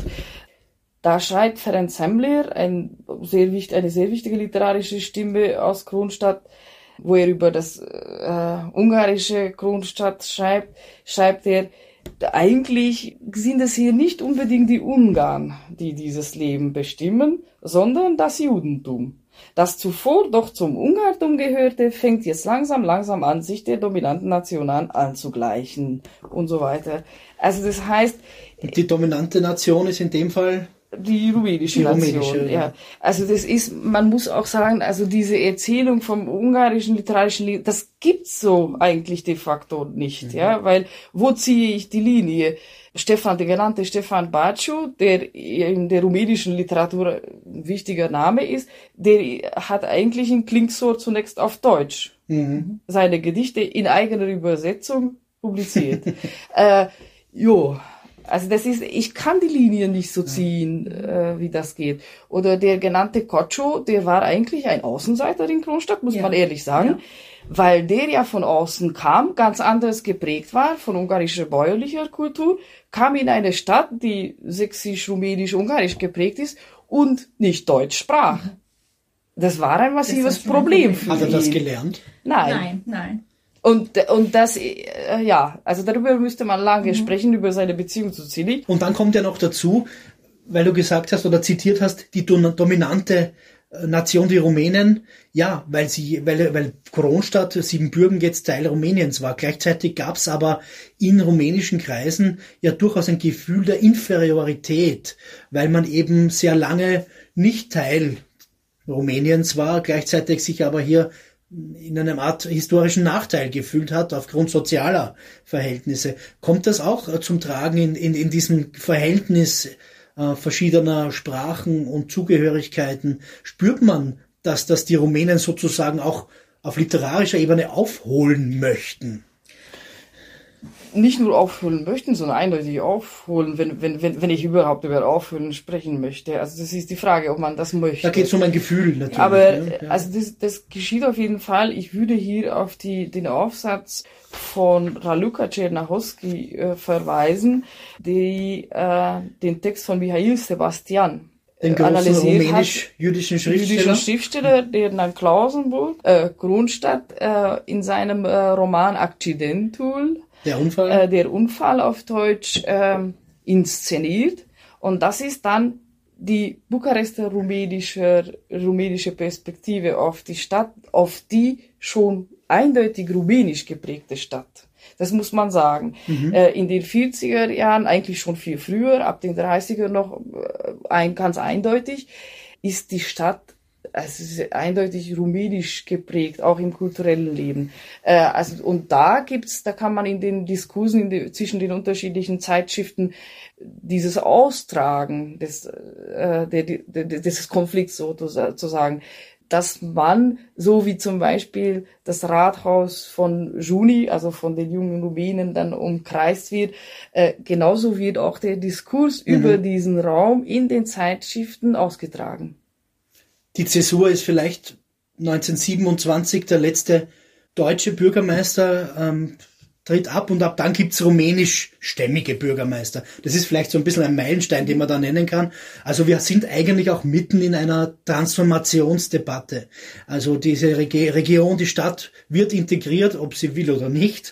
da schreibt Ferenc Semler, ein sehr wichtig, eine sehr wichtige literarische Stimme aus Kronstadt, wo er über das äh, ungarische Kronstadt schreibt, schreibt er, eigentlich sind es hier nicht unbedingt die Ungarn, die dieses Leben bestimmen, sondern das Judentum. Das zuvor doch zum Ungartum gehörte, fängt jetzt langsam, langsam an, sich der dominanten Nation anzugleichen und so weiter. Also das heißt... Die dominante Nation ist in dem Fall... Die rumänische Nation, ja. Also das ist, man muss auch sagen, also diese Erzählung vom ungarischen literarischen Leben, das gibt's so eigentlich de facto nicht, mhm. ja, weil wo ziehe ich die Linie? Stefan, der genannte Stefan Bácsú, der in der rumänischen Literatur ein wichtiger Name ist, der hat eigentlich in Klingsor zunächst auf Deutsch mhm. seine Gedichte in eigener Übersetzung publiziert. äh, jo. Also das ist, ich kann die Linie nicht so ziehen, ja. äh, wie das geht. Oder der genannte Kocho, der war eigentlich ein Außenseiter in Kronstadt, muss ja. man ehrlich sagen, ja. weil der ja von außen kam, ganz anders geprägt war, von ungarischer bäuerlicher Kultur, kam in eine Stadt, die sächsisch, rumänisch, ungarisch geprägt ist und nicht Deutsch sprach. Mhm. Das war ein massives Problem, Problem für ihn. Hat er das gelernt? Nein. Nein, nein. Und, und das, äh, ja, also darüber müsste man lange mhm. sprechen, über seine Beziehung zu Zilli. Und dann kommt ja noch dazu, weil du gesagt hast oder zitiert hast, die dominante Nation, die Rumänen, ja, weil sie, weil, weil Kronstadt, Siebenbürgen jetzt Teil Rumäniens war. Gleichzeitig gab es aber in rumänischen Kreisen ja durchaus ein Gefühl der Inferiorität, weil man eben sehr lange nicht Teil Rumäniens war, gleichzeitig sich aber hier in einer Art historischen Nachteil gefühlt hat aufgrund sozialer Verhältnisse. Kommt das auch zum Tragen in, in, in diesem Verhältnis äh, verschiedener Sprachen und Zugehörigkeiten? Spürt man, dass das die Rumänen sozusagen auch auf literarischer Ebene aufholen möchten? Nicht nur aufholen möchten, sondern eindeutig aufholen, wenn, wenn, wenn, wenn ich überhaupt über Aufholen sprechen möchte. Also das ist die Frage, ob man das möchte. Da geht es um ein Gefühl natürlich. Aber ne? ja. also das, das geschieht auf jeden Fall. Ich würde hier auf die, den Aufsatz von Raluca Czernohorski äh, verweisen, die äh, den Text von Mihail Sebastian den großen rumänisch-jüdischen Schriftsteller. Jüdischen Schriftsteller, der nach Klausenburg, äh, Kronstadt, äh, in seinem äh, Roman Accidentul, Der Unfall? Äh, der Unfall auf Deutsch ähm, inszeniert. Und das ist dann die Bukarester rumänische, rumänische Perspektive auf die Stadt, auf die schon eindeutig rumänisch geprägte Stadt. Das muss man sagen. Mhm. Äh, in den vierziger Jahren, eigentlich schon viel früher, ab den dreißiger noch äh, ein, ganz eindeutig, ist die Stadt es ist eindeutig rumänisch geprägt, auch im kulturellen Leben. Äh, also, und da gibt's, da kann man in den Diskursen in die, zwischen den unterschiedlichen Zeitschriften dieses Austragen des, äh, der, der, des Konflikts sozusagen, dass man, so wie zum Beispiel das Rathaus von Juni, also von den jungen Rumänen, dann umkreist wird, äh, genauso wird auch der Diskurs mhm. über diesen Raum in den Zeitschriften ausgetragen. Die Zäsur ist vielleicht neunzehnhundertsiebenundzwanzig, der letzte deutsche Bürgermeister ähm, tritt ab und ab dann gibt's rumänischstämmige Bürgermeister. Das ist vielleicht so ein bisschen ein Meilenstein, den man da nennen kann. Also wir sind eigentlich auch mitten in einer Transformationsdebatte. Also diese Reg- Region, die Stadt wird integriert, ob sie will oder nicht,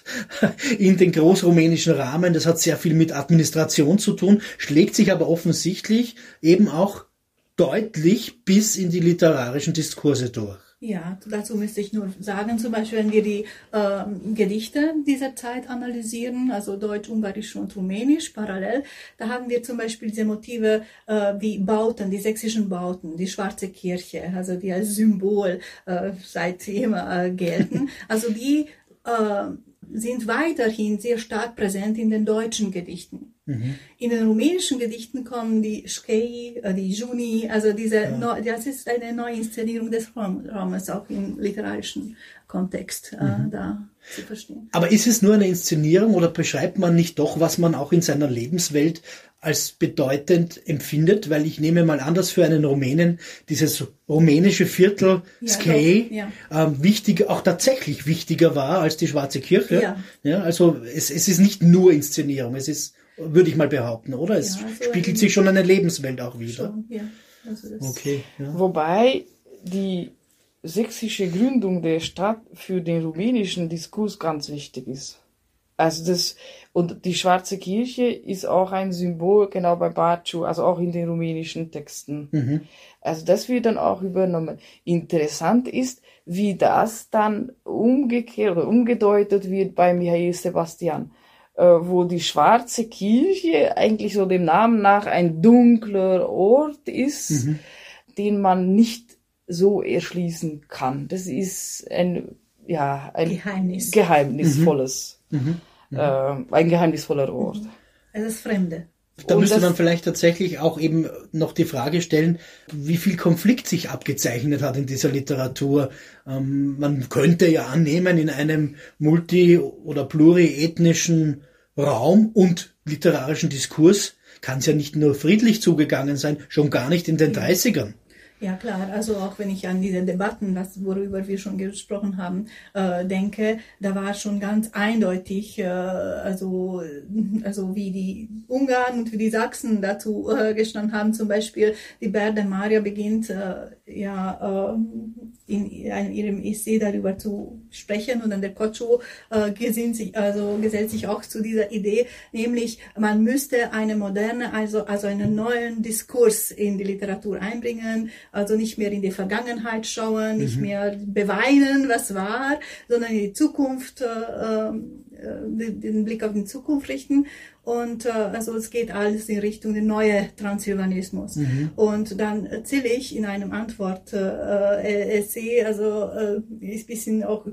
in den großrumänischen Rahmen. Das hat sehr viel mit Administration zu tun, schlägt sich aber offensichtlich eben auch deutlich bis in die literarischen Diskurse durch. Ja, dazu müsste ich nur sagen, zum Beispiel, wenn wir die äh, Gedichte dieser Zeit analysieren, also Deutsch, Ungarisch und Rumänisch parallel, da haben wir zum Beispiel diese Motive äh, wie Bauten, die sächsischen Bauten, die Schwarze Kirche, also die als Symbol äh, seitdem äh, gelten. Also die äh, sind weiterhin sehr stark präsent in den deutschen Gedichten. Mhm. In den rumänischen Gedichten kommen die Schkei, die Juni, also diese, ja. Neu, das ist eine Neuinszenierung des Raumes, auch im literarischen Kontext mhm. äh, da zu verstehen. Aber ist es nur eine Inszenierung oder beschreibt man nicht doch, was man auch in seiner Lebenswelt als bedeutend empfindet? Weil ich nehme mal an, dass für einen Rumänen dieses rumänische Viertel ja, Skej ja. ähm, wichtig, auch tatsächlich wichtiger war als die Schwarze Kirche. Ja. Ja, also es, es ist nicht nur Inszenierung, es ist, würde ich mal behaupten, oder? Es ja, also spiegelt sich schon eine Lebenswelt auch wieder. Schon, ja. Also das okay. Ja. Wobei die sächsische Gründung der Stadt für den rumänischen Diskurs ganz wichtig ist. Also das, und die Schwarze Kirche ist auch ein Symbol, genau bei Bacciu, also auch in den rumänischen Texten. Mhm. Also das wird dann auch übernommen. Interessant ist, wie das dann umgekehrt oder umgedeutet wird bei Mihail Sebastian, äh, wo die Schwarze Kirche eigentlich so dem Namen nach ein dunkler Ort ist, mhm. den man nicht so erschließen kann. Das ist ein, ja, ein Geheimnis. geheimnisvolles, mhm. Mhm. Äh, ein geheimnisvoller Ort. Also das Fremde. Da müsste man vielleicht tatsächlich auch eben noch die Frage stellen, wie viel Konflikt sich abgezeichnet hat in dieser Literatur. Ähm, man könnte ja annehmen, in einem multi- oder pluriethnischen Raum und literarischen Diskurs kann es ja nicht nur friedlich zugegangen sein, schon gar nicht in den dreißigern. Ja klar, also auch wenn ich an diese Debatten, was, worüber wir schon gesprochen haben, äh, denke, da war schon ganz eindeutig, äh, also, also wie die Ungarn und wie die Sachsen dazu äh, gestanden haben. Zum Beispiel die Berda Maria beginnt äh, ja äh, in, in ihrem Essay darüber zu sprechen und dann der Kotschow äh, gesinnt sich, also gesellt sich auch zu dieser Idee, nämlich man müsste eine moderne, also, also einen neuen Diskurs in die Literatur einbringen. Also nicht mehr in die Vergangenheit schauen, nicht mhm. mehr beweinen, was war, sondern in die Zukunft, äh, äh, den Blick auf die Zukunft richten. Und äh, also es geht alles in Richtung der neue Transhumanismus. Mhm. Und dann Zillig in einem Antwort-Essay, äh, also äh, ist ein bisschen auch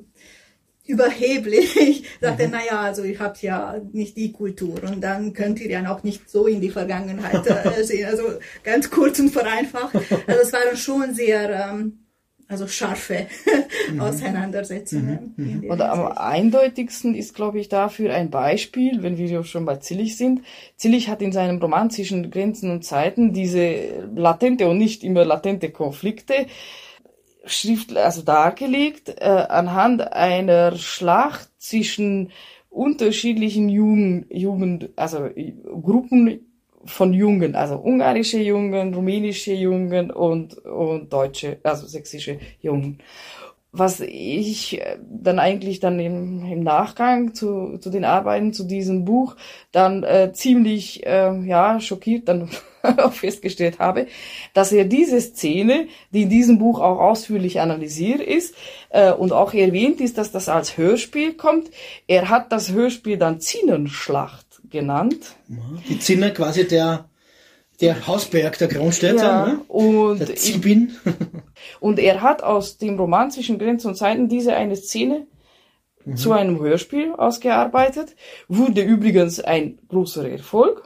überheblich, sagte, mhm. naja, also ihr habt ja nicht die Kultur und dann könnt ihr ja auch nicht so in die Vergangenheit äh, sehen. Also ganz kurz und vereinfacht. Also es waren schon sehr ähm, also scharfe mhm. Auseinandersetzungen. Mhm. Und am eindeutigsten ist, glaube ich, dafür ein Beispiel, wenn wir schon bei Zillig sind. Zillig hat in seinem Roman Zwischen Grenzen und Zeiten diese latente und nicht immer latente Konflikte Schrift, also dargelegt, äh, anhand einer Schlacht zwischen unterschiedlichen Jugend, Jugend, also Gruppen von Jungen, also ungarische Jungen, rumänische Jungen und, und deutsche, also sächsische Jungen. Was ich dann eigentlich dann im, im Nachgang zu, zu den Arbeiten zu diesem Buch dann äh, ziemlich äh, ja schockiert dann festgestellt habe, dass er diese Szene, die in diesem Buch auch ausführlich analysiert ist äh, und auch erwähnt ist, dass das als Hörspiel kommt, er hat das Hörspiel dann Zinnenschlacht genannt. Die Zinne quasi der Der Hausberg der Kronstädter, ja, ne? Und der Zibin. Und er hat aus dem Roman Zwischen Grenzen und Zeiten diese eine Szene mhm. zu einem Hörspiel ausgearbeitet, wurde übrigens ein großer Erfolg.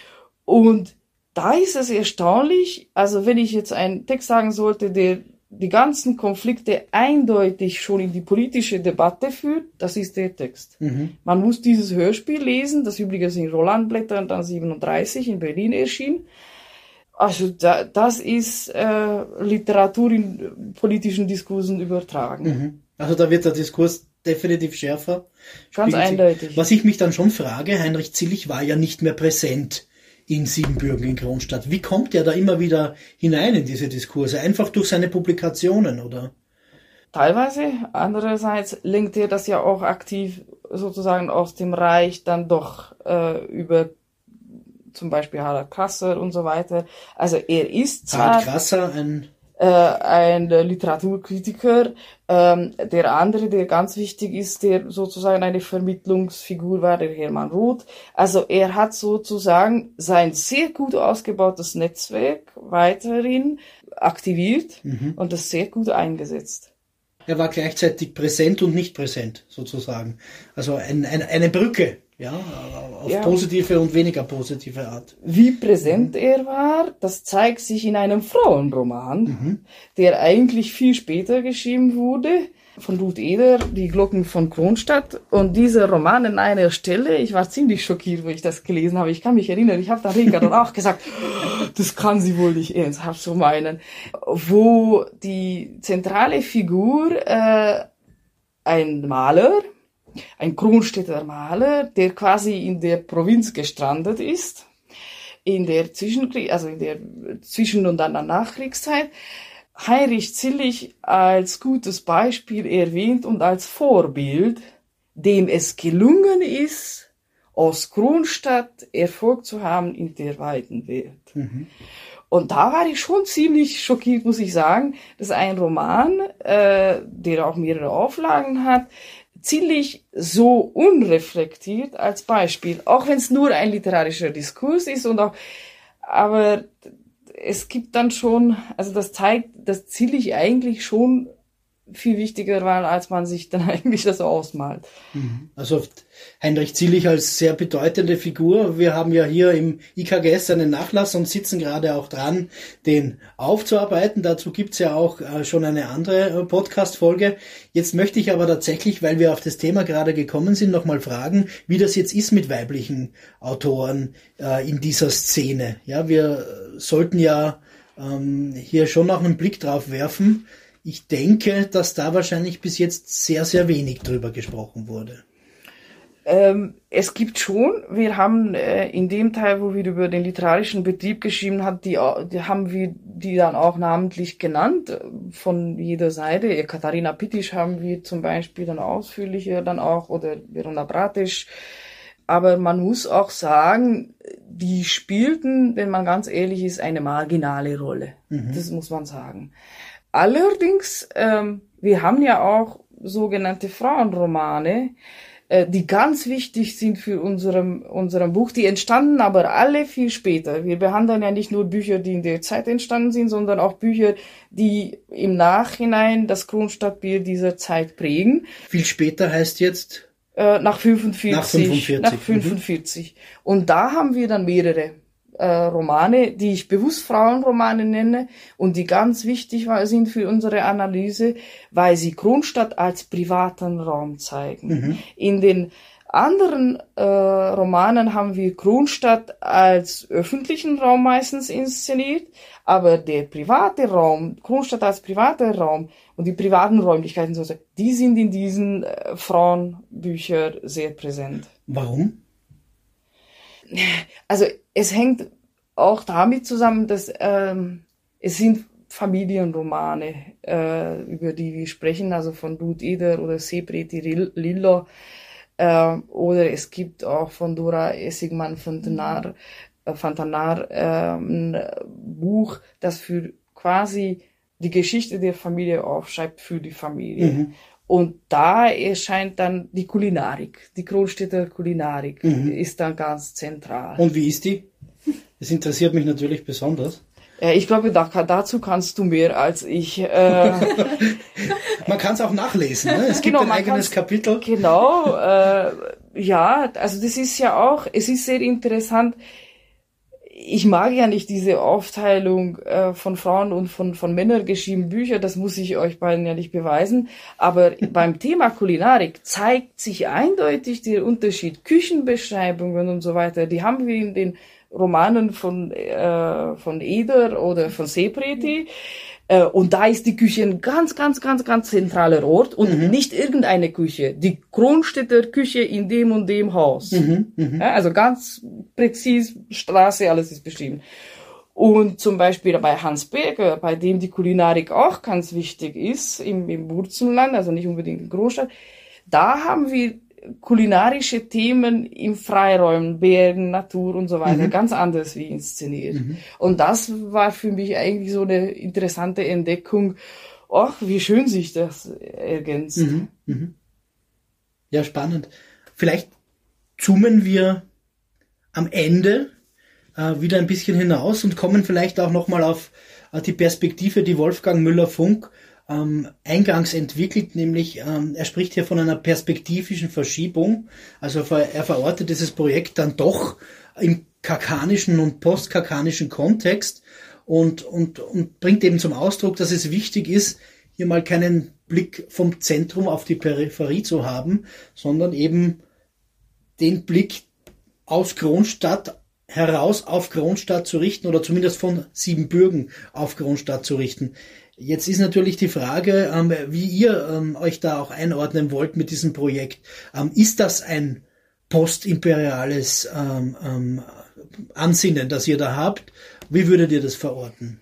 Und da ist es erstaunlich, also wenn ich jetzt einen Text sagen sollte, der die ganzen Konflikte eindeutig schon in die politische Debatte führt, das ist der Text. Mhm. Man muss dieses Hörspiel lesen, das übrigens in Rolandblättern dann siebenunddreißig in Berlin erschien. Also da, das ist äh, Literatur in politischen Diskursen übertragen. Mhm. Also da wird der Diskurs definitiv schärfer. Ganz eindeutig. Was ich mich dann schon frage, Heinrich Zillig war ja nicht mehr präsent in Siebenbürgen in Kronstadt. Wie kommt er da immer wieder hinein in diese Diskurse? Einfach durch seine Publikationen, oder? Teilweise. Andererseits lenkt er das ja auch aktiv sozusagen aus dem Reich dann doch äh, über zum Beispiel Harald Krasser und so weiter. Also er ist zwar Harald Krasser, ein äh, ein Literaturkritiker, ähm, der andere, der ganz wichtig ist, der sozusagen eine Vermittlungsfigur war, der Hermann Roth. Also er hat sozusagen sein sehr gut ausgebautes Netzwerk weiterhin aktiviert mhm. und das sehr gut eingesetzt. Er war gleichzeitig präsent und nicht präsent, sozusagen. Also ein, ein, eine Brücke, ja, auf ja. positive und weniger positive Art. Wie präsent mhm. er war, das zeigt sich in einem Frauenroman, mhm. der eigentlich viel später geschrieben wurde, von Ruth Eder, Die Glocken von Kronstadt. Und dieser Roman an einer Stelle, ich war ziemlich schockiert, wo ich das gelesen habe. Ich kann mich erinnern, ich habe da Rika dann auch gesagt, das kann sie wohl nicht ernsthaft so meinen. Wo die zentrale Figur, äh, ein Maler, ein Kronstädter Maler, der quasi in der Provinz gestrandet ist, in der Zwischenkrieg, also in der Zwischen- und dann der Nachkriegszeit, Heinrich Zillig als gutes Beispiel erwähnt und als Vorbild, dem es gelungen ist, aus Kronstadt Erfolg zu haben in der weiten Welt. Mhm. Und da war ich schon ziemlich schockiert, muss ich sagen, dass ein Roman, äh, der auch mehrere Auflagen hat, Zillig so unreflektiert als Beispiel, auch wenn es nur ein literarischer Diskurs ist und auch, aber es gibt dann schon, also das zeigt, dass Zillig eigentlich schon viel wichtiger waren, als man sich dann eigentlich das so ausmalt. Also Heinrich Zillig als sehr bedeutende Figur. Wir haben ja hier im I K G S einen Nachlass und sitzen gerade auch dran, den aufzuarbeiten. Dazu gibt's ja auch äh, schon eine andere äh, Podcast-Folge. Jetzt möchte ich aber tatsächlich, weil wir auf das Thema gerade gekommen sind, nochmal fragen, wie das jetzt ist mit weiblichen Autoren äh, in dieser Szene. Ja, wir sollten ja ähm, hier schon noch einen Blick drauf werfen. Ich denke, dass da wahrscheinlich bis jetzt sehr, sehr wenig drüber gesprochen wurde. Ähm, es gibt schon, wir haben äh, in dem Teil, wo wir über den literarischen Betrieb geschrieben haben, die, die haben wir die dann auch namentlich genannt, von jeder Seite. Katharina Pittisch haben wir zum Beispiel dann ausführlicher dann auch, oder Verona Bratisch. Aber man muss auch sagen, die spielten, wenn man ganz ehrlich ist, eine marginale Rolle. Mhm. Das muss man sagen. Allerdings, ähm, wir haben ja auch sogenannte Frauenromane, äh, die ganz wichtig sind für unserem, unserem Buch. Die entstanden aber alle viel später. Wir behandeln ja nicht nur Bücher, die in der Zeit entstanden sind, sondern auch Bücher, die im Nachhinein das Kronstadtbild dieser Zeit prägen. Viel später heißt jetzt? Äh, nach fünfundvierzig. Nach fünfundvierzig. Nach fünfundvierzig. Mhm. Und da haben wir dann mehrere Äh, Romane, die ich bewusst Frauenromane nenne und die ganz wichtig war, sind für unsere Analyse, weil sie Kronstadt als privaten Raum zeigen. Mhm. In den anderen äh, Romanen haben wir Kronstadt als öffentlichen Raum meistens inszeniert, aber der private Raum, Kronstadt als privater Raum und die privaten Räumlichkeiten, die sind in diesen äh, Frauenbüchern sehr präsent. Warum? Also es hängt auch damit zusammen, dass ähm, es sind Familienromane, äh, über die wir sprechen, also von Ruth Eder oder Sepreti Lillo, äh, oder es gibt auch von Dora Essigmann-Fontanar äh, Fontanar, äh, ein Buch, das für quasi die Geschichte der Familie aufschreibt für die Familie. Mhm. Und da erscheint dann die Kulinarik, die Kronstädter Kulinarik mhm. ist dann ganz zentral. Und wie ist die? Das interessiert mich natürlich besonders. Ja, ich glaube, da, dazu kannst du mehr als ich. Äh, man kann es auch nachlesen, ne? Es gibt genau, ein eigenes Kapitel. Genau, äh, ja, also das ist ja auch, es ist sehr interessant. Ich mag ja nicht diese Aufteilung äh, von Frauen und von, von Männern geschriebenen Bücher, das muss ich euch beiden ja nicht beweisen. Aber beim Thema Kulinarik zeigt sich eindeutig der Unterschied. Küchenbeschreibungen und so weiter, die haben wir in den Romanen von, äh, von Eder oder von Sepreti. Äh, und da ist die Küche ein ganz, ganz, ganz, ganz zentraler Ort und mhm. nicht irgendeine Küche. Die Kronstädter Küche in dem und dem Haus. Mhm, mh. Ja, also ganz präzis, Straße, alles ist beschrieben. Und zum Beispiel bei Hans Berger, bei dem die Kulinarik auch ganz wichtig ist, im, im Wurzelland, also nicht unbedingt in Großstadt, da haben wir kulinarische Themen im Freiräumen, Bergen, Natur und so weiter, mhm. ganz anders wie inszeniert. Mhm. Und das war für mich eigentlich so eine interessante Entdeckung. Ach, wie schön sich das ergänzt. Mhm. Mhm. Ja, spannend. Vielleicht zoomen wir am Ende äh, wieder ein bisschen hinaus und kommen vielleicht auch nochmal auf äh, die Perspektive, die Wolfgang Müller-Funk Ähm, eingangs entwickelt, nämlich ähm, er spricht hier von einer perspektivischen Verschiebung, also er verortet dieses Projekt dann doch im karkanischen und postkarkanischen Kontext und, und, und bringt eben zum Ausdruck, dass es wichtig ist, hier mal keinen Blick vom Zentrum auf die Peripherie zu haben, sondern eben den Blick aus Kronstadt heraus auf Kronstadt zu richten oder zumindest von Siebenbürgen auf Kronstadt zu richten. Jetzt ist natürlich die Frage, ähm, wie ihr ähm, euch da auch einordnen wollt mit diesem Projekt. Ähm, ist das ein postimperiales ähm, ähm, Ansinnen, das ihr da habt? Wie würdet ihr das verorten?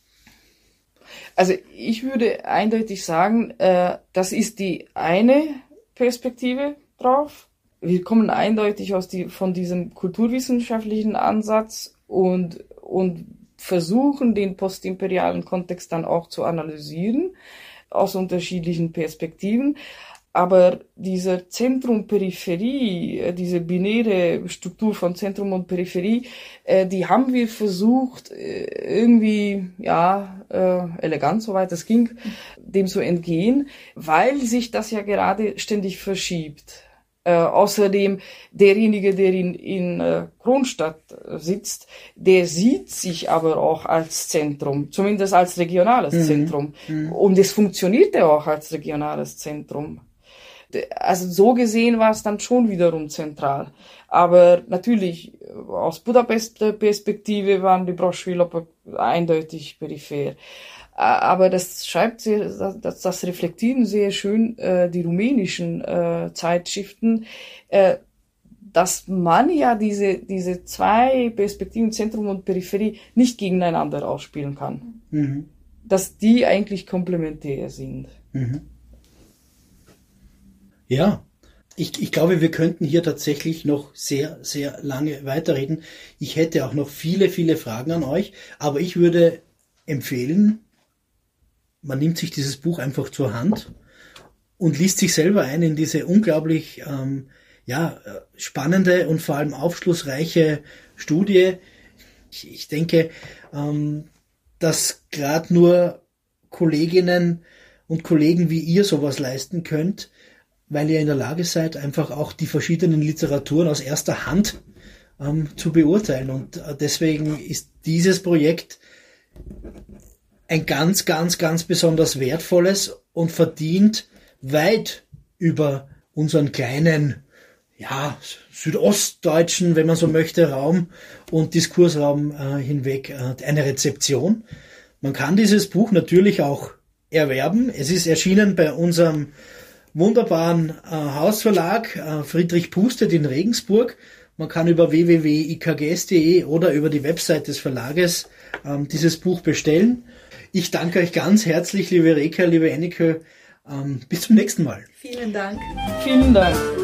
Also ich würde eindeutig sagen, äh, das ist die eine Perspektive drauf. Wir kommen eindeutig aus die, von diesem kulturwissenschaftlichen Ansatz und, und versuchen, den postimperialen Kontext dann auch zu analysieren, aus unterschiedlichen Perspektiven. Aber diese Zentrum-Peripherie, diese binäre Struktur von Zentrum und Peripherie, die haben wir versucht, irgendwie, ja, elegant, soweit es ging, dem zu entgehen, weil sich das ja gerade ständig verschiebt. Äh, außerdem, derjenige, der in, in äh, Kronstadt sitzt, der sieht sich aber auch als Zentrum, zumindest als regionales mhm. Zentrum. Mhm. Und es funktioniert ja auch als regionales Zentrum. Also so gesehen war es dann schon wiederum zentral. Aber natürlich, aus Budapester Perspektive waren die Broschwiller eindeutig peripher. Aber das schreibt sehr, das, das reflektieren sehr schön äh, die rumänischen äh, Zeitschriften, äh, dass man ja diese diese zwei Perspektiven, Zentrum und Peripherie, nicht gegeneinander ausspielen kann. Mhm. Dass die eigentlich komplementär sind. Mhm. Ja, ich, ich glaube, wir könnten hier tatsächlich noch sehr, sehr lange weiterreden. Ich hätte auch noch viele, viele Fragen an euch, aber ich würde empfehlen, man nimmt sich dieses Buch einfach zur Hand und liest sich selber ein in diese unglaublich ähm, ja, spannende und vor allem aufschlussreiche Studie. Ich, ich denke, ähm, dass gerade nur Kolleginnen und Kollegen wie ihr sowas leisten könnt, weil ihr in der Lage seid, einfach auch die verschiedenen Literaturen aus erster Hand ähm, zu beurteilen. Und äh, deswegen ist dieses Projekt ein ganz, ganz, ganz besonders wertvolles und verdient weit über unseren kleinen, ja, südostdeutschen, wenn man so möchte, Raum und Diskursraum äh, hinweg äh, eine Rezeption. Man kann dieses Buch natürlich auch erwerben. Es ist erschienen bei unserem wunderbaren äh, Hausverlag äh, Friedrich Pustet in Regensburg. Man kann über w w w punkt i k g s punkt d e oder über die Website des Verlages ähm, dieses Buch bestellen. Ich danke euch ganz herzlich, liebe Reka, liebe Enneke. Ähm, bis zum nächsten Mal. Vielen Dank. Vielen Dank.